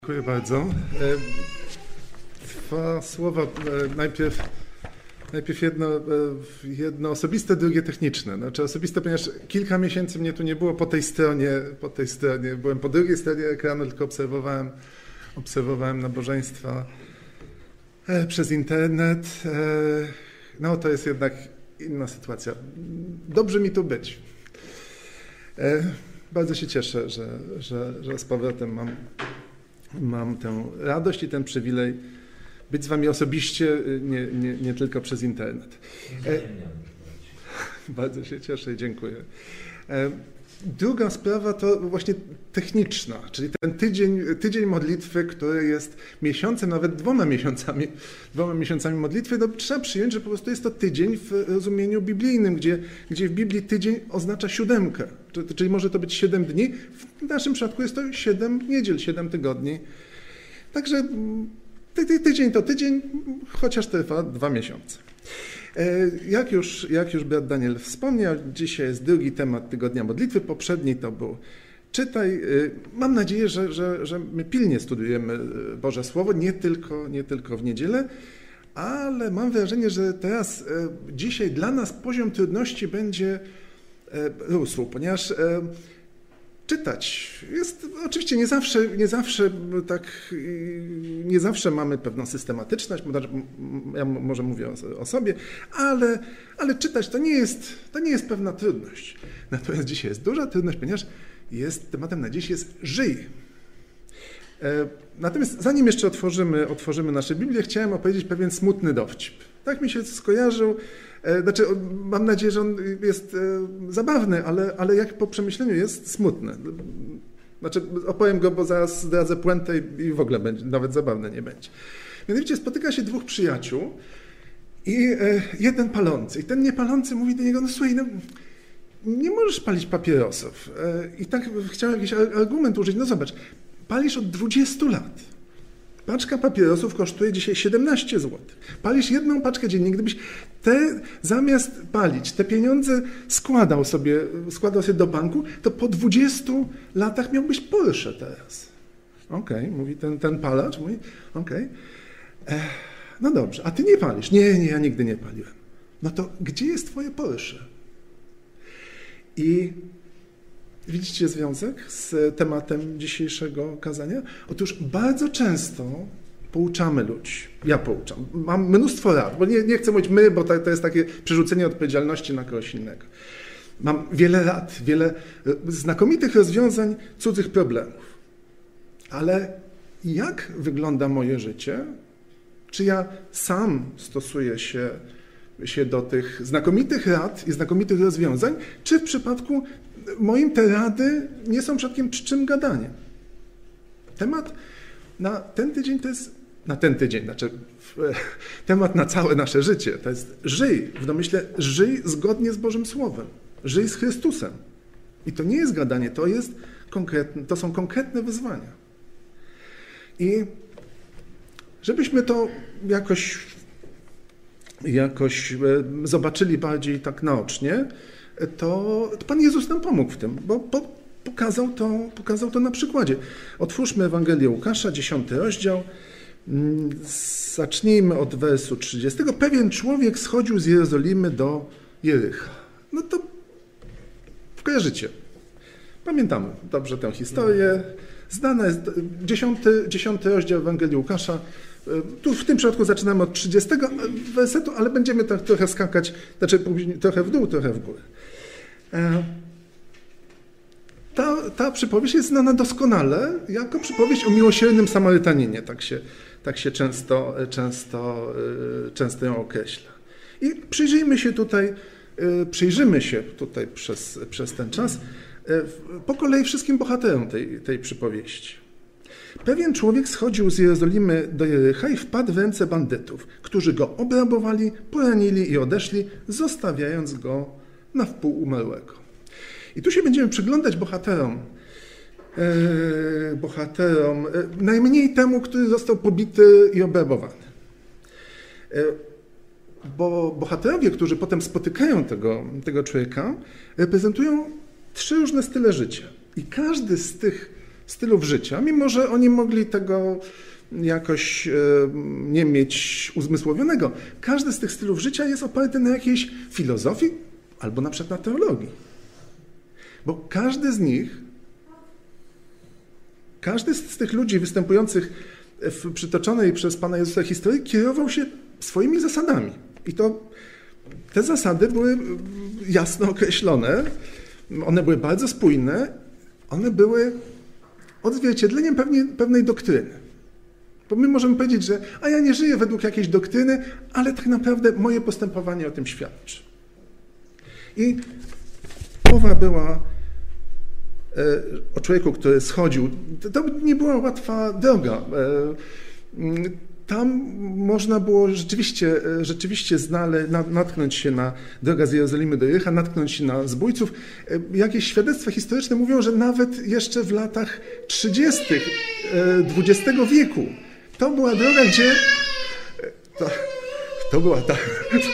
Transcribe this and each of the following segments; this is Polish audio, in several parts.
Dziękuję bardzo. Dwa słowa, najpierw jedno osobiste, drugie techniczne. Znaczy osobiste, ponieważ kilka miesięcy mnie tu nie było po tej stronie, byłem po drugiej stronie ekranu, tylko obserwowałem nabożeństwa przez internet. No to jest jednak inna sytuacja. Dobrze mi tu być. Bardzo się cieszę, że z powrotem mam tę radość i ten przywilej być z wami osobiście, nie tylko przez internet. Bardzo się cieszę i dziękuję. Druga sprawa to właśnie techniczna, czyli ten tydzień modlitwy, który jest miesiącem, nawet dwoma miesiącami modlitwy. No, trzeba przyjąć, że po prostu jest to tydzień w rozumieniu biblijnym, gdzie w Biblii tydzień oznacza 7, czyli może to być 7 dni. W naszym przypadku jest to 7 niedziel, 7 tygodni. Także tydzień to tydzień, chociaż trwa 2 miesiące. Jak już brat Daniel wspomniał, dzisiaj jest drugi temat tygodnia modlitwy. Poprzedni to był czytaj. Mam nadzieję, że my pilnie studujemy Boże Słowo, nie tylko w niedzielę, ale mam wrażenie, że teraz dzisiaj dla nas poziom trudności będzie rósł, ponieważ czytać jest oczywiście nie zawsze mamy pewną systematyczność, ja może mówię o sobie, ale czytać to nie jest pewna trudność. Natomiast dzisiaj jest duża trudność, ponieważ tematem na dziś jest żyj. Natomiast zanim jeszcze otworzymy nasze Biblię, chciałem opowiedzieć pewien smutny dowcip. Tak mi się skojarzył. Znaczy, mam nadzieję, że on jest zabawny, ale jak po przemyśleniu jest smutny. Znaczy, opowiem go, bo zaraz zdradzę puentę i w ogóle nawet zabawne nie będzie. Mianowicie spotyka się dwóch przyjaciół i jeden palący. I ten niepalący mówi do niego, no słuchaj, no, nie możesz palić papierosów. I tak chciałem jakiś argument użyć. No zobacz, palisz od 20 lat. Paczka papierosów kosztuje dzisiaj 17 zł. Palisz jedną paczkę dziennie. Gdybyś zamiast palić te pieniądze składał sobie do banku, to po 20 latach miałbyś Porsche teraz. Okej, mówi ten palacz, mówi, okej. No dobrze, a ty nie palisz? Nie, ja nigdy nie paliłem. No to gdzie jest twoje Porsche? I widzicie związek z tematem dzisiejszego kazania? Otóż bardzo często pouczamy ludzi. Ja pouczam. Mam mnóstwo rad, bo nie chcę mówić my, bo to jest takie przerzucenie odpowiedzialności na kogoś innego. Mam wiele rad, wiele znakomitych rozwiązań cudzych problemów. Ale jak wygląda moje życie? Czy ja sam stosuję się do tych znakomitych rad i znakomitych rozwiązań, czy w przypadku moim te rady nie są przypadkiem czczym gadaniem? Temat na ten tydzień to jest, temat na całe nasze życie, to jest żyj, w domyśle żyj zgodnie z Bożym Słowem, żyj z Chrystusem. I to nie jest gadanie, to są konkretne wyzwania. I żebyśmy to jakoś zobaczyli bardziej tak naocznie, to Pan Jezus nam pomógł w tym, bo pokazał to na przykładzie. Otwórzmy Ewangelię Łukasza, 10 rozdział. Zacznijmy od wersu 30. Pewien człowiek schodził z Jerozolimy do Jericha. No to kojarzycie. Pamiętamy dobrze tę historię. Znana jest 10 rozdział Ewangelii Łukasza. Tu w tym przypadku zaczynamy od 30 wersetu, ale będziemy tak trochę skakać, znaczy trochę w dół, trochę w górę. Ta przypowieść jest znana doskonale jako przypowieść o miłosiernym Samarytaninie. Tak się często ją określa. I przyjrzymy się tutaj przez ten czas po kolei wszystkim bohaterom tej przypowieści. Pewien człowiek schodził z Jerozolimy do Jericha i wpadł w ręce bandytów, którzy go obrabowali, poranili i odeszli, zostawiając go na wpół umarłego. I tu się będziemy przyglądać bohaterom, najmniej temu, który został pobity i obrabowany. Bo bohaterowie, którzy potem spotykają tego człowieka, reprezentują 3 różne style życia. I każdy z tych stylów życia, mimo że oni mogli tego jakoś nie mieć uzmysłowionego. Każdy z tych stylów życia jest oparty na jakiejś filozofii albo na przykład na teologii. Bo każdy z nich, każdy z tych ludzi występujących w przytoczonej przez Pana Jezusa historii kierował się swoimi zasadami. I te zasady były jasno określone, one były bardzo spójne, one były odzwierciedleniem pewnej doktryny. Bo my możemy powiedzieć, że ja nie żyję według jakiejś doktryny, ale tak naprawdę moje postępowanie o tym świadczy. I mowa była o człowieku, który schodził. To nie była łatwa droga. Tam można było rzeczywiście natknąć się na drogę z Jerozolimy do Jericha, natknąć się na zbójców. Jakieś świadectwa historyczne mówią, że nawet jeszcze w latach 30. XX wieku to była droga, gdzie... To była ta...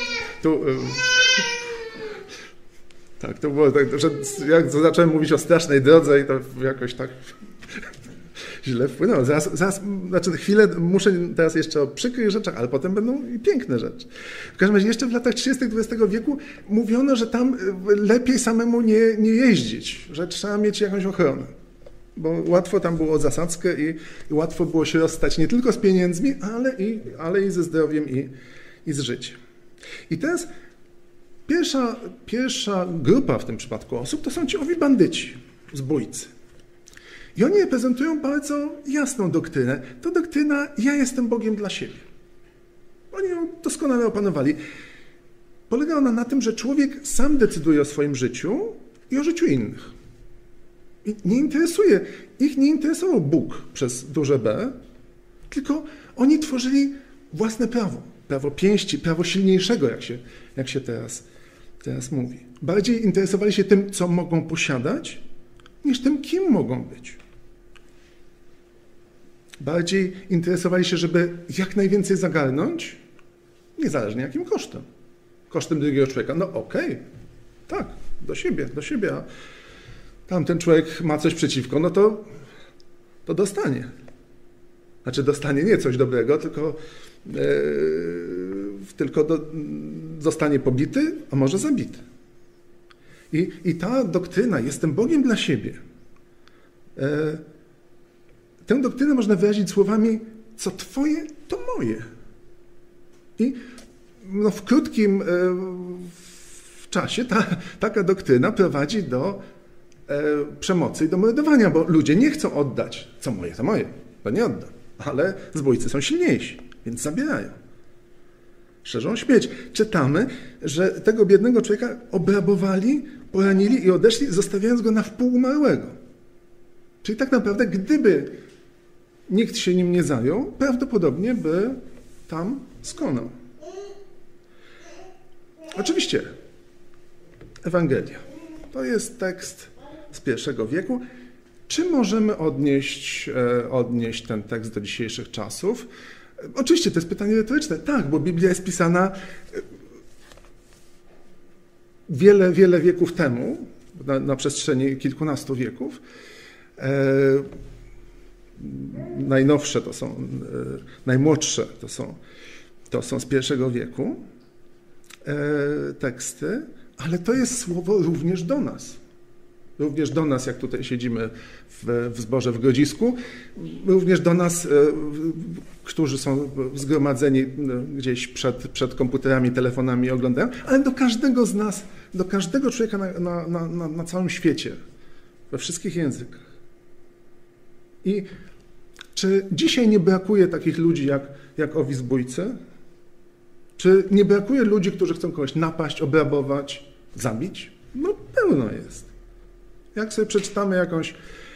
Tak, to było tak, że jak zacząłem mówić o strasznej drodze i to jakoś tak źle wpłynęło. Znaczy chwilę muszę teraz jeszcze o przykrych rzeczach, ale potem będą i piękne rzeczy. W każdym razie jeszcze w latach 30. XX wieku mówiono, że tam lepiej samemu nie jeździć, że trzeba mieć jakąś ochronę. Bo łatwo tam było o zasadzkę i łatwo było się rozstać nie tylko z pieniędzmi, ale i ze zdrowiem i z życiem. I teraz pierwsza grupa w tym przypadku osób to są ci owi bandyci, zbójcy. I oni reprezentują bardzo jasną doktrynę. To doktryna ja jestem Bogiem dla siebie. Oni ją doskonale opanowali. Polega ona na tym, że człowiek sam decyduje o swoim życiu i o życiu innych. I ich nie interesował Bóg przez duże B, tylko oni tworzyli własne prawo. Prawo pięści, prawo silniejszego, jak się teraz mówi. Bardziej interesowali się tym, co mogą posiadać, niż tym, kim mogą być. Bardziej interesowali się, żeby jak najwięcej zagarnąć, niezależnie jakim kosztem. Kosztem drugiego człowieka. No okej, tak, do siebie. A tamten człowiek ma coś przeciwko, no to dostanie. Znaczy dostanie nie coś dobrego, tylko zostanie pobity, a może zabity. I ta doktryna, jestem Bogiem dla siebie, tę doktrynę można wyrazić słowami, co twoje, to moje. I w krótkim czasie taka doktryna prowadzi do przemocy i do mordowania, bo ludzie nie chcą oddać, co moje, to nie oddam. Ale zbójcy są silniejsi, więc zabierają. Szerzą śmierć. Czytamy, że tego biednego człowieka obrabowali, poranili i odeszli, zostawiając go na wpół umarłego. Czyli tak naprawdę, gdyby nikt się nim nie zajął, prawdopodobnie by tam skonał. Oczywiście, Ewangelia. To jest tekst z I wieku. Czy możemy odnieść ten tekst do dzisiejszych czasów? Oczywiście, to jest pytanie retoryczne. Tak, bo Biblia jest pisana wiele wieków temu, na przestrzeni kilkunastu wieków. Najnowsze to są, najmłodsze to są z I wieku teksty, ale to jest słowo również do nas. Również do nas, jak tutaj siedzimy w zborze w Grodzisku, również do nas, którzy są zgromadzeni gdzieś przed komputerami, telefonami i oglądają, ale do każdego z nas, do każdego człowieka na całym świecie, we wszystkich językach. I czy dzisiaj nie brakuje takich ludzi jak owi zbójcy? Czy nie brakuje ludzi, którzy chcą kogoś napaść, obrabować, zabić? No pełno jest. Jak sobie przeczytamy jakąś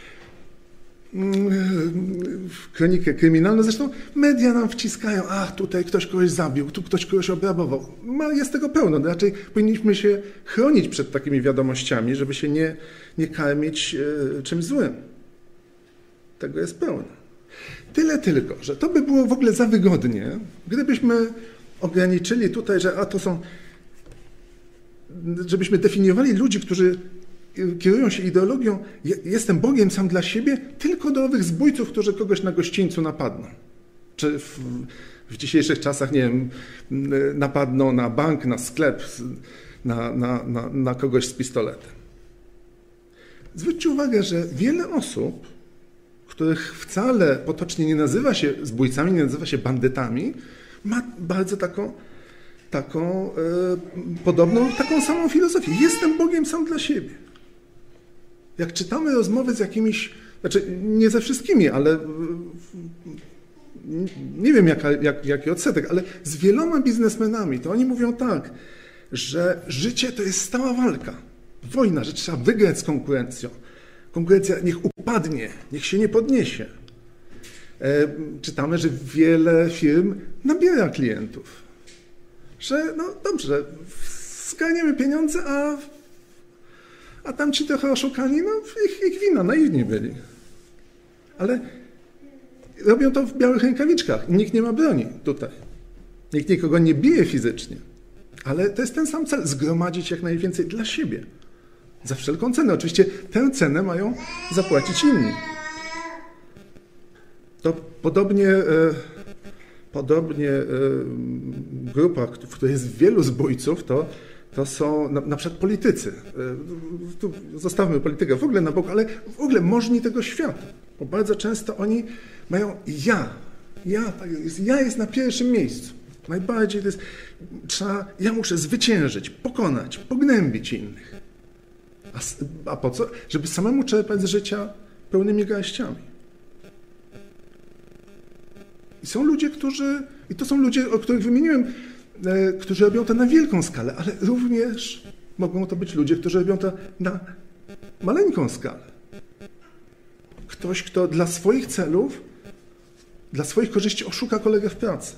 kronikę kryminalną, zresztą media nam wciskają, tutaj ktoś kogoś zabił, tu ktoś kogoś obrabował. Jest tego pełno. Raczej powinniśmy się chronić przed takimi wiadomościami, żeby się nie karmić czymś złym. Tego jest pełno. Tyle tylko, że to by było w ogóle za wygodnie, gdybyśmy ograniczyli tutaj, że to są, żebyśmy definiowali ludzi, którzy kierują się ideologią, jestem Bogiem sam dla siebie, tylko do owych zbójców, którzy kogoś na gościńcu napadną. Czy w dzisiejszych czasach, nie wiem, napadną na bank, na sklep, na kogoś z pistoletem. Zwróćcie uwagę, że wiele osób, których wcale potocznie nie nazywa się zbójcami, nie nazywa się bandytami, ma bardzo podobną, taką samą filozofię. Jestem Bogiem sam dla siebie. Jak czytamy rozmowy z jakimiś, znaczy nie ze wszystkimi, ale nie wiem jaki odsetek, ale z wieloma biznesmenami, to oni mówią tak, że życie to jest stała walka, wojna, że trzeba wygrać z konkurencją. Konkurencja niech upadnie, niech się nie podniesie. Czytamy, że wiele firm nabiera klientów. Że no dobrze, zgarniemy pieniądze, a tamci trochę oszukani, no ich wina, naiwni byli. Ale robią to w białych rękawiczkach. Nikt nie ma broni tutaj. Nikt nikogo nie bije fizycznie. Ale to jest ten sam cel, zgromadzić jak najwięcej dla siebie. Za wszelką cenę. Oczywiście tę cenę mają zapłacić inni. To podobnie grupa, w której jest wielu zbójców, to są na przykład politycy. Tu zostawmy politykę w ogóle na bok, ale w ogóle możni tego świata. Bo bardzo często oni mają ja jest na pierwszym miejscu. Najbardziej to jest, ja muszę zwyciężyć, pokonać, pognębić innych. A po co? Żeby samemu czerpać z życia pełnymi garściami. I są ludzie, i to są ludzie, o których wymieniłem, którzy robią to na wielką skalę, ale również mogą to być ludzie, którzy robią to na maleńką skalę. Ktoś, kto dla swoich celów, dla swoich korzyści oszuka kolegę w pracy.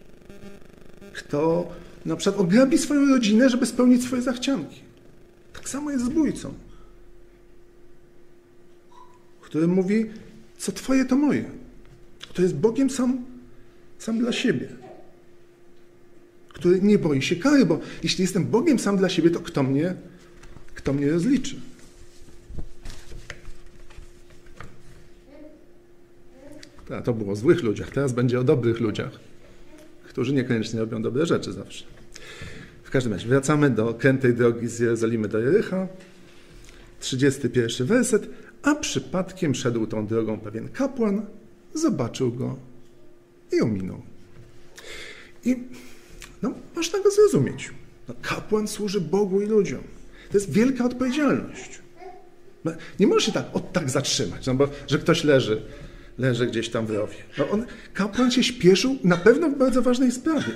Kto na przykład ograbi swoją rodzinę, żeby spełnić swoje zachcianki. Tak samo jest zbójcą, który mówi, co twoje, to moje. Kto jest Bogiem sam dla siebie. Który nie boi się kary, bo jeśli jestem Bogiem sam dla siebie, to kto mnie rozliczy? To było o złych ludziach, teraz będzie o dobrych ludziach, którzy niekoniecznie robią dobre rzeczy zawsze. W każdym razie wracamy do krętej drogi z Jerozolimy do Jericha. 31 werset. A przypadkiem szedł tą drogą pewien kapłan, zobaczył go i ominął. I można go zrozumieć. Kapłan służy Bogu i ludziom. To jest wielka odpowiedzialność. Nie może się tak zatrzymać, bo że ktoś leży gdzieś tam w rowie. Kapłan się śpieszył na pewno w bardzo ważnej sprawie.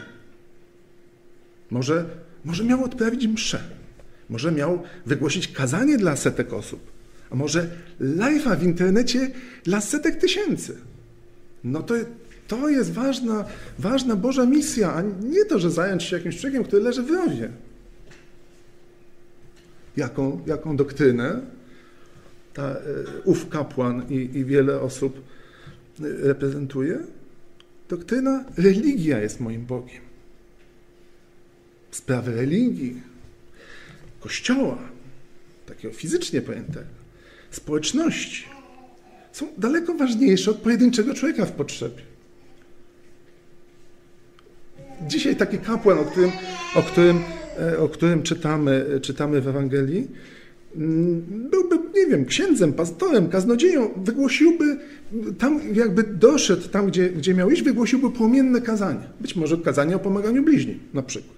Może miał odprawić mszę. Może miał wygłosić kazanie dla setek osób. A może live'a w internecie dla setek tysięcy. To jest ważna Boża misja, a nie to, że zająć się jakimś człowiekiem, który leży w rowie. Jaką doktrynę ów kapłan i wiele osób reprezentuje? Doktryna, religia jest moim Bogiem. Sprawy religii, Kościoła, takiego fizycznie pojętego, społeczności, są daleko ważniejsze od pojedynczego człowieka w potrzebie. Dzisiaj taki kapłan, o którym czytamy w Ewangelii, byłby, nie wiem, księdzem, pastorem, kaznodzieją, wygłosiłby, tam jakby doszedł tam, gdzie miał iść, wygłosiłby płomienne kazanie. Być może kazanie o pomaganiu bliźnim, na przykład.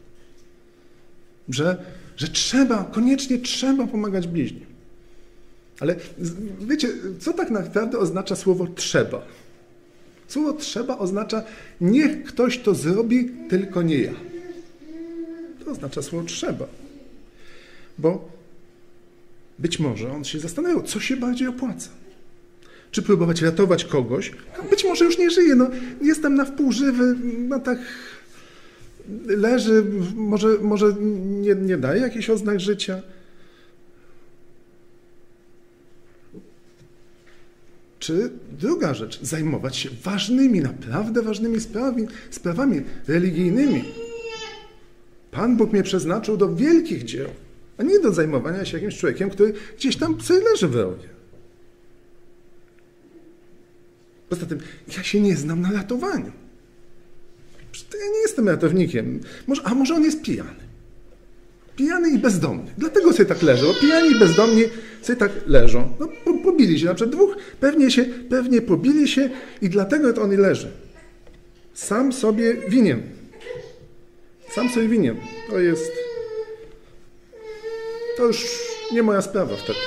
Że koniecznie trzeba pomagać bliźnim. Ale wiecie, co tak naprawdę oznacza słowo trzeba? Słowo trzeba oznacza niech ktoś to zrobi, tylko nie ja. To oznacza słowo trzeba. Bo być może on się zastanawiał, co się bardziej opłaca. Czy próbować ratować kogoś? Być może już nie żyje, jest tam na wpół żywy, tak leży, może nie daje jakichś oznak życia. Czy druga rzecz, zajmować się ważnymi, naprawdę ważnymi sprawami religijnymi. Pan Bóg mnie przeznaczył do wielkich dzieł. a nie do zajmowania się jakimś człowiekiem, który gdzieś tam sobie leży w rowie. Poza tym, ja się nie znam na ratowaniu. Ja nie jestem ratownikiem. Może on jest pijany. Pijany i bezdomny. Dlatego sobie tak leżą. Pijani i bezdomni sobie tak leżą. No, pobili się. Na przykład dwóch pewnie pobili się i dlatego on leży. Sam sobie winien. To już nie moja sprawa wtedy.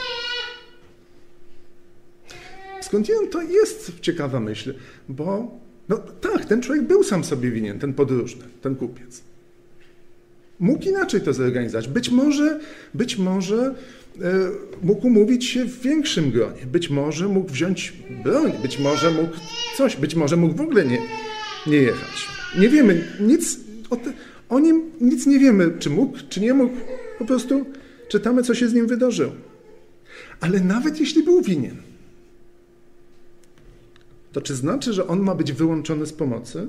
Skądinąd to jest ciekawa myśl, bo no tak, ten człowiek był sam sobie winien, ten podróżny, ten kupiec. Mógł inaczej to zorganizować. Być może mógł umówić się w większym gronie. Być może mógł wziąć broń. Być może mógł coś. Być może mógł w ogóle nie jechać. Nie wiemy nic o nim nic nie wiemy, czy mógł, czy nie mógł. Po prostu czytamy, co się z nim wydarzyło. Ale nawet jeśli był winien, to czy znaczy, że on ma być wyłączony z pomocy?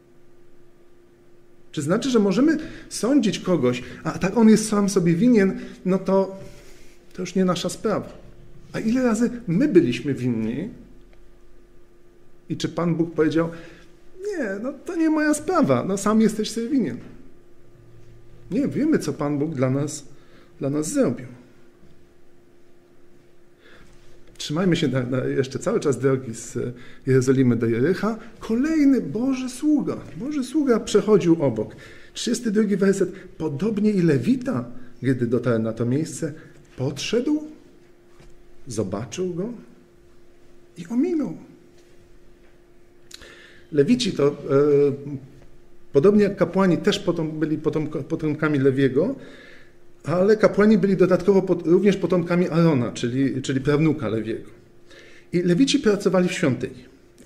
Czy znaczy, że możemy sądzić kogoś, a tak on jest sam sobie winien, no to już nie nasza sprawa. A ile razy my byliśmy winni? I czy Pan Bóg powiedział, nie, no to nie moja sprawa, no sam jesteś sobie winien. Nie, wiemy, co Pan Bóg dla nas zrobił. Trzymajmy się jeszcze cały czas drogi z Jerozolimy do Jericha. Kolejny Boży sługa przechodził obok. 32 werset. Podobnie i Lewita, gdy dotarł na to miejsce, podszedł, zobaczył go i ominął. Lewici to, podobnie jak kapłani, też byli potomkami Lewiego, ale kapłani byli dodatkowo również potomkami Arona, czyli prawnuka Lewiego. I Lewici pracowali w świątyni.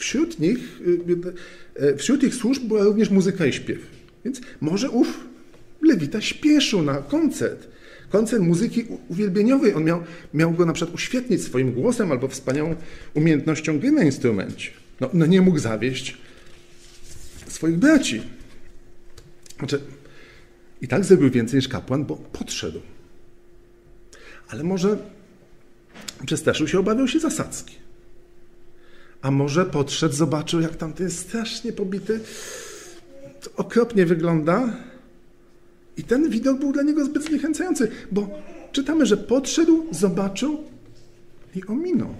Wśród ich służb była również muzyka i śpiew. Więc może ów Lewita śpieszył na koncert muzyki uwielbieniowej. On miał go na przykład uświetnić swoim głosem albo wspaniałą umiejętnością gry na instrumencie. No nie mógł zawieść swoich braci. Znaczy, i tak zrobił więcej niż kapłan, bo podszedł. Ale może przestraszył się, obawiał się zasadzki. A może podszedł, zobaczył, jak tamten jest strasznie pobity, to okropnie wygląda. I ten widok był dla niego zbyt zniechęcający, bo czytamy, że podszedł, zobaczył i ominął.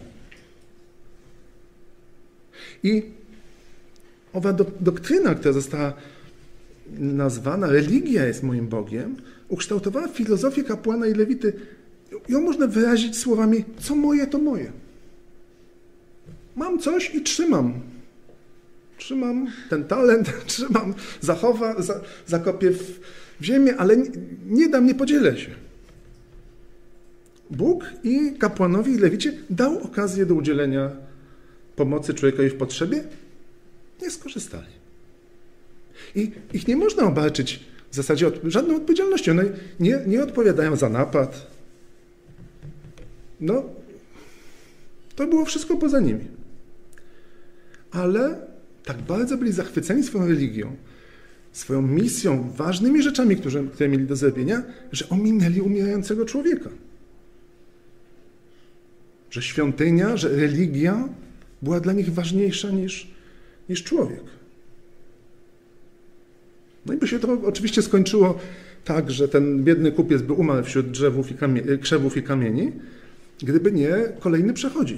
I owa doktryna, która została nazwana religia jest moim Bogiem, ukształtowała filozofię kapłana i lewity. Ją można wyrazić słowami, co moje, to moje. Mam coś i trzymam. Trzymam ten talent, zakopię w ziemię, ale nie dam, nie podzielę się. Bóg i kapłanowi i lewicie dał okazję do udzielenia pomocy człowiekowi w potrzebie, nie skorzystali. I ich nie można obarczyć w zasadzie żadną odpowiedzialnością. One nie odpowiadają za napad. No, to było wszystko poza nimi. Ale tak bardzo byli zachwyceni swoją religią, swoją misją, ważnymi rzeczami, które mieli do zrobienia, że ominęli umierającego człowieka. Że świątynia, że religia była dla nich ważniejsza niż człowiek. No i by się to oczywiście skończyło tak, że ten biedny kupiec by umarł wśród krzewów i kamieni, gdyby nie kolejny przechodzi.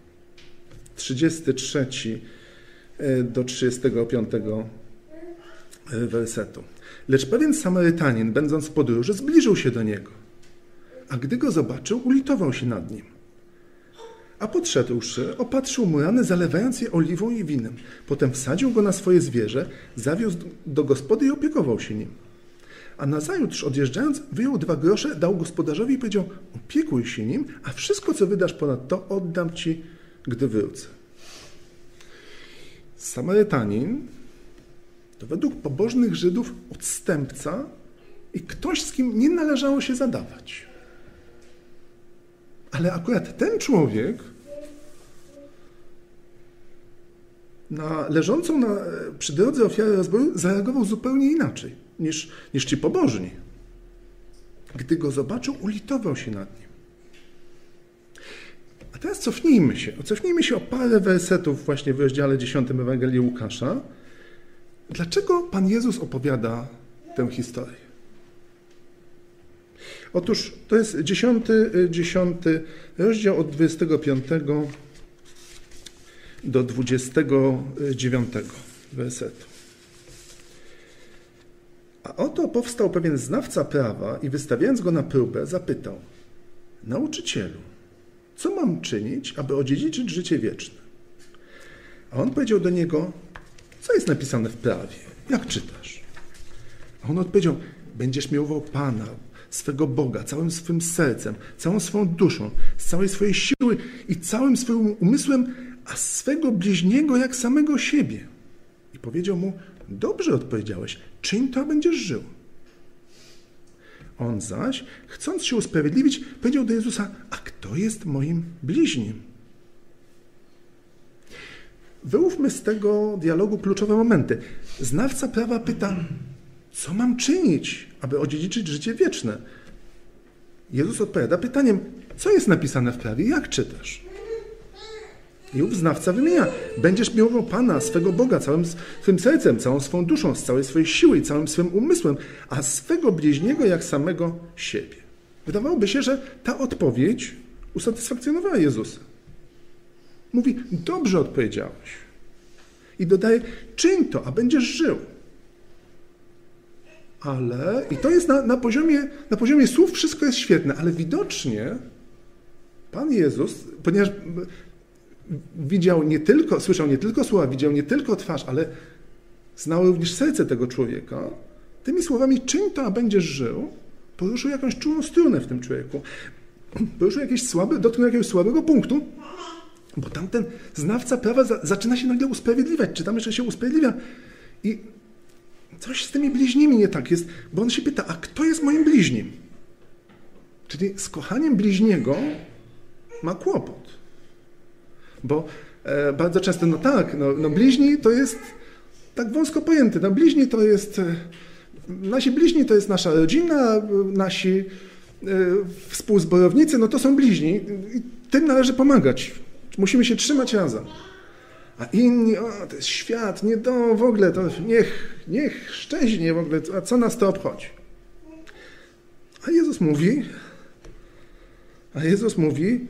33 do 35 wersetu. Lecz pewien Samarytanin, będąc w podróży, zbliżył się do niego, a gdy go zobaczył, ulitował się nad nim. A podszedłszy, opatrzył mu rany, zalewając je oliwą i winem. Potem wsadził go na swoje zwierzę, zawiózł do gospody i opiekował się nim. A nazajutrz, odjeżdżając, wyjął 2 grosze, dał gospodarzowi i powiedział, opiekuj się nim, a wszystko, co wydasz ponad to, oddam ci, gdy wrócę. Samarytanin to według pobożnych Żydów odstępca i ktoś, z kim nie należało się zadawać. Ale akurat ten człowiek na leżącą przy drodze ofiarę rozboju zareagował zupełnie inaczej niż ci pobożni. Gdy go zobaczył, ulitował się nad nim. A teraz cofnijmy się o parę wersetów właśnie w rozdziale 10 Ewangelii Łukasza. Dlaczego Pan Jezus opowiada tę historię? Otóż to jest 10 rozdział od 25 do 29 wersetu. A oto powstał pewien znawca prawa i wystawiając go na próbę zapytał: Nauczycielu, co mam czynić, aby odziedziczyć życie wieczne? A on powiedział do niego: co jest napisane w prawie? Jak czytasz? A on odpowiedział: będziesz miłował Pana, swego Boga, całym swym sercem, całą swą duszą, z całej swojej siły i całym swoim umysłem, a swego bliźniego jak samego siebie. I powiedział mu: dobrze odpowiedziałeś, czyń to, a będziesz żył. On zaś, chcąc się usprawiedliwić, powiedział do Jezusa: a kto jest moim bliźnim? Wyłówmy z tego dialogu kluczowe momenty. Znawca prawa pyta: co mam czynić, aby odziedziczyć życie wieczne? Jezus odpowiada pytaniem: co jest napisane w prawie? Jak czytasz? I ów znawca wymienia: będziesz miłował Pana, swego Boga, całym swym sercem, całą swą duszą, z całej swojej siły i całym swym umysłem, a swego bliźniego jak samego siebie. Wydawałoby się, że ta odpowiedź usatysfakcjonowała Jezusa. Mówi: dobrze odpowiedziałeś. I dodaje: czyń to, a będziesz żył. Ale, i to jest na poziomie słów wszystko jest świetne, ale widocznie Pan Jezus, ponieważ słyszał nie tylko słowa, widział nie tylko twarz, ale znał również serce tego człowieka, tymi słowami czyń to, a będziesz żył, poruszył jakąś czułą strunę w tym człowieku. Poruszył dotknął jakiegoś słabego punktu, bo tamten znawca prawa zaczyna się nagle usprawiedliwiać. Czytamy, że się usprawiedliwia. I coś z tymi bliźnimi nie tak jest, bo on się pyta: a kto jest moim bliźnim? Czyli z kochaniem bliźniego ma kłopot. Bo bardzo często, bliźni to jest tak wąsko pojęty. Bliźni to jest, nasi bliźni to jest nasza rodzina, nasi współzborownicy, to są bliźni i tym należy pomagać. Musimy się trzymać razem. A inni, to jest świat, w ogóle, to niech szczęśnie w ogóle, a co nas to obchodzi? A Jezus mówi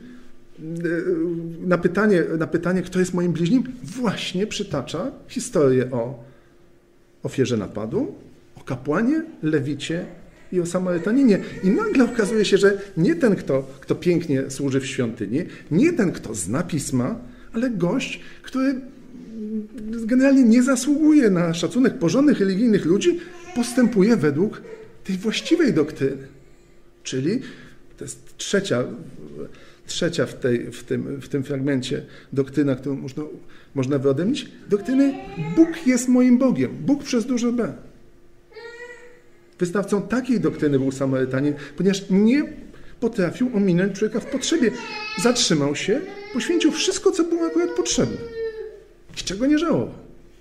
na pytanie, kto jest moim bliźnim, właśnie przytacza historię o ofierze napadu, o kapłanie, lewicie i o Samarytaninie. I nagle okazuje się, że nie ten, kto pięknie służy w świątyni, nie ten, kto zna pisma, ale gość, który generalnie nie zasługuje na szacunek porządnych religijnych ludzi, postępuje według tej właściwej doktryny. Czyli to jest trzecia w tym fragmencie doktryna, którą można wyodrębnić. Doktryny: Bóg jest moim Bogiem. Bóg przez duże B. Wyznawcą takiej doktryny był Samarytanin, ponieważ nie potrafił ominąć człowieka w potrzebie. Zatrzymał się, poświęcił wszystko, co było akurat potrzebne. I czego nie żałował.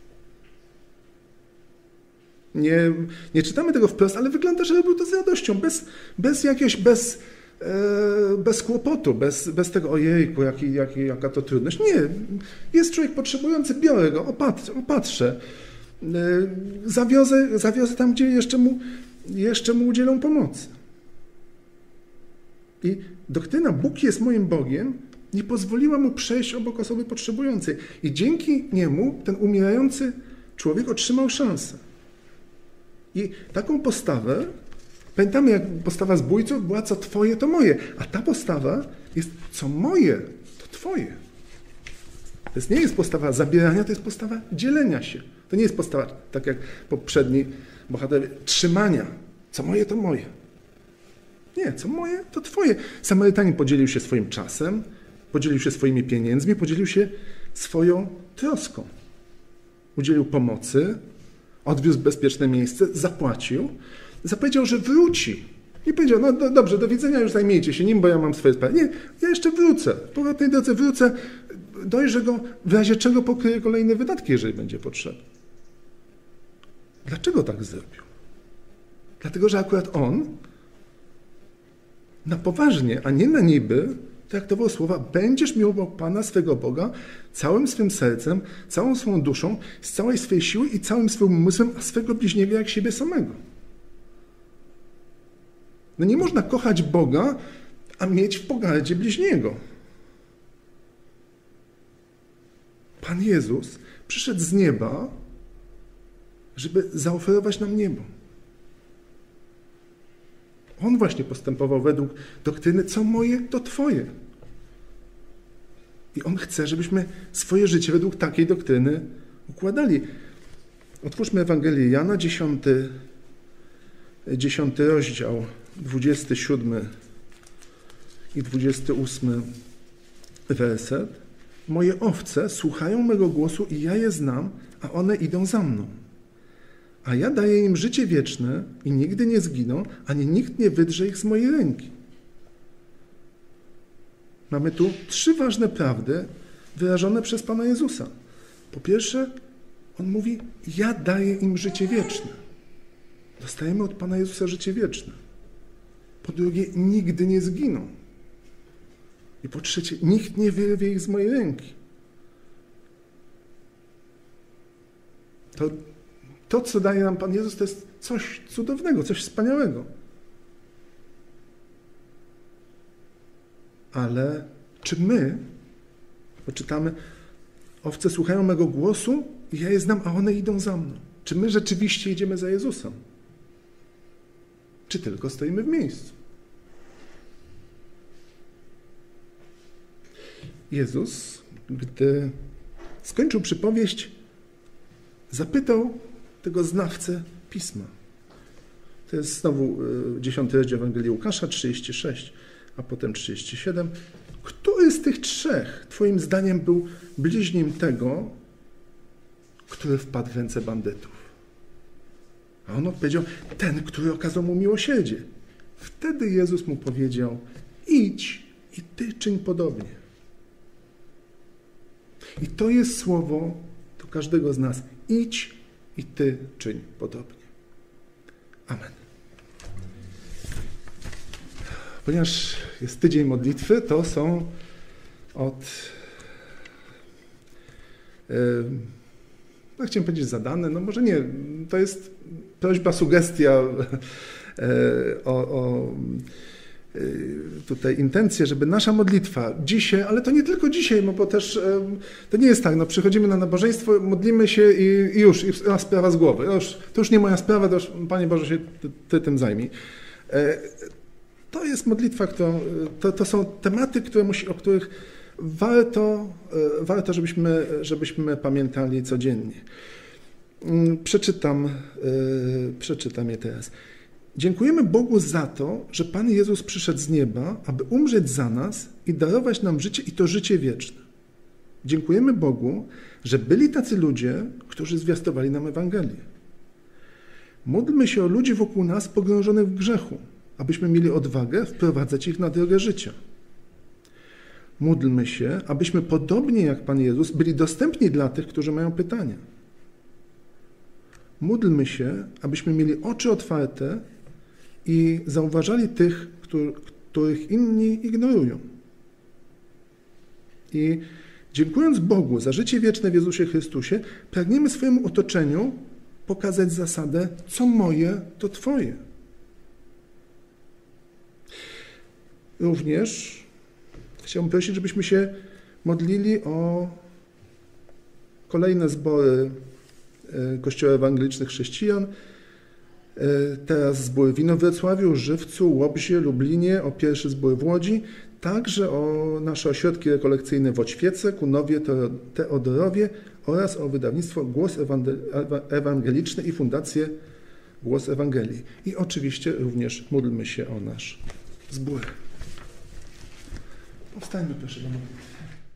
Nie czytamy tego wprost, ale wygląda, że robił to z radością, bez kłopotu, bez tego: ojejku, jaka to trudność. Nie, jest człowiek potrzebujący, biorę go, opatrzę, zawiozę tam, gdzie jeszcze mu udzielą pomocy. I doktryna Bóg jest moim Bogiem nie pozwoliła mu przejść obok osoby potrzebującej. I dzięki niemu ten umierający człowiek otrzymał szansę. I taką postawę, pamiętamy, jak postawa zbójców była: co twoje, to moje. A ta postawa jest: co moje, to twoje. To nie jest postawa zabierania, to jest postawa dzielenia się. To nie jest postawa, tak jak poprzedni bohaterowie, trzymania. Co moje, to moje. Nie, co moje, to twoje. Samarytanin podzielił się swoim czasem, podzielił się swoimi pieniędzmi, podzielił się swoją troską. Udzielił pomocy, odwiózł w bezpieczne miejsce, zapłacił, zapowiedział, że wróci. Nie powiedział: dobrze, do widzenia, już zajmijcie się nim, bo ja mam swoje sprawy. Nie, ja jeszcze wrócę. W powrotnej drodze wrócę, dojrzę go, w razie czego pokryję kolejne wydatki, jeżeli będzie potrzebne. Dlaczego tak zrobił? Dlatego, że akurat on na poważnie, a nie na niby, traktował słowa: będziesz miłował Pana swego Boga całym swym sercem, całą swą duszą, z całej swej siły i całym swym umysłem, a swego bliźniego jak siebie samego. No nie można kochać Boga, a mieć w pogardzie bliźniego. Pan Jezus przyszedł z nieba, żeby zaoferować nam niebo. On właśnie postępował według doktryny: co moje, to Twoje. I On chce, żebyśmy swoje życie według takiej doktryny układali. Otwórzmy Ewangelię Jana, 10 rozdział, 27 i 28 werset. Moje owce słuchają mego głosu i ja je znam, a one idą za mną. A ja daję im życie wieczne i nigdy nie zginą, ani nikt nie wydrze ich z mojej ręki. Mamy tu 3 ważne prawdy wyrażone przez Pana Jezusa. Po pierwsze, On mówi: ja daję im życie wieczne. Dostajemy od Pana Jezusa życie wieczne. Po drugie, nigdy nie zginą. I po trzecie, nikt nie wyrwie ich z mojej ręki. To, co daje nam Pan Jezus, to jest coś cudownego, coś wspaniałego. Ale czy my, bo czytamy: owce słuchają mego głosu i ja je znam, a one idą za mną. Czy my rzeczywiście idziemy za Jezusem? Czy tylko stoimy w miejscu? Jezus, gdy skończył przypowieść, zapytał tego znawcę Pisma. To jest znowu 10 rozdział Ewangelii Łukasza, 36, a potem 37. Który z tych 3 Twoim zdaniem był bliźnim tego, który wpadł w ręce bandytów? A on odpowiedział: ten, który okazał mu miłosierdzie. Wtedy Jezus mu powiedział: idź i ty czyń podobnie. I to jest słowo do każdego z nas: idź i ty czyń podobnie. Amen. Ponieważ jest tydzień modlitwy, to są chciałem powiedzieć zadane, no może nie, to jest prośba, sugestia tutaj intencje, żeby nasza modlitwa dzisiaj, ale to nie tylko dzisiaj, no bo też to nie jest tak, no przychodzimy na nabożeństwo, modlimy się i już, i sprawa z głowy. To już nie moja sprawa, to już, Panie Boże, się Ty tym zajmij. To jest modlitwa, to są tematy, o których warto żebyśmy pamiętali codziennie. Przeczytam je teraz. Dziękujemy Bogu za to, że Pan Jezus przyszedł z nieba, aby umrzeć za nas i darować nam życie, i to życie wieczne. Dziękujemy Bogu, że byli tacy ludzie, którzy zwiastowali nam Ewangelię. Módlmy się o ludzi wokół nas pogrążonych w grzechu, abyśmy mieli odwagę wprowadzać ich na drogę życia. Módlmy się, abyśmy podobnie jak Pan Jezus byli dostępni dla tych, którzy mają pytania. Módlmy się, abyśmy mieli oczy otwarte i zauważali tych, których inni ignorują. I dziękując Bogu za życie wieczne w Jezusie Chrystusie, pragniemy swojemu otoczeniu pokazać zasadę: co moje, to Twoje. Również chciałbym prosić, żebyśmy się modlili o kolejne zbory Kościoła Ewangelicznych Chrześcijan. Teraz zbór w Inowrocławiu, Żywcu, Łobzie, Lublinie, o pierwszy zbór w Łodzi, także o nasze ośrodki rekolekcyjne w Oćwiece, Kunowie, Teodorowie oraz o wydawnictwo Głos Ewangeliczny i Fundację Głos Ewangelii. I oczywiście również módlmy się o nasz zbór. Powstańmy proszę do modlitwy.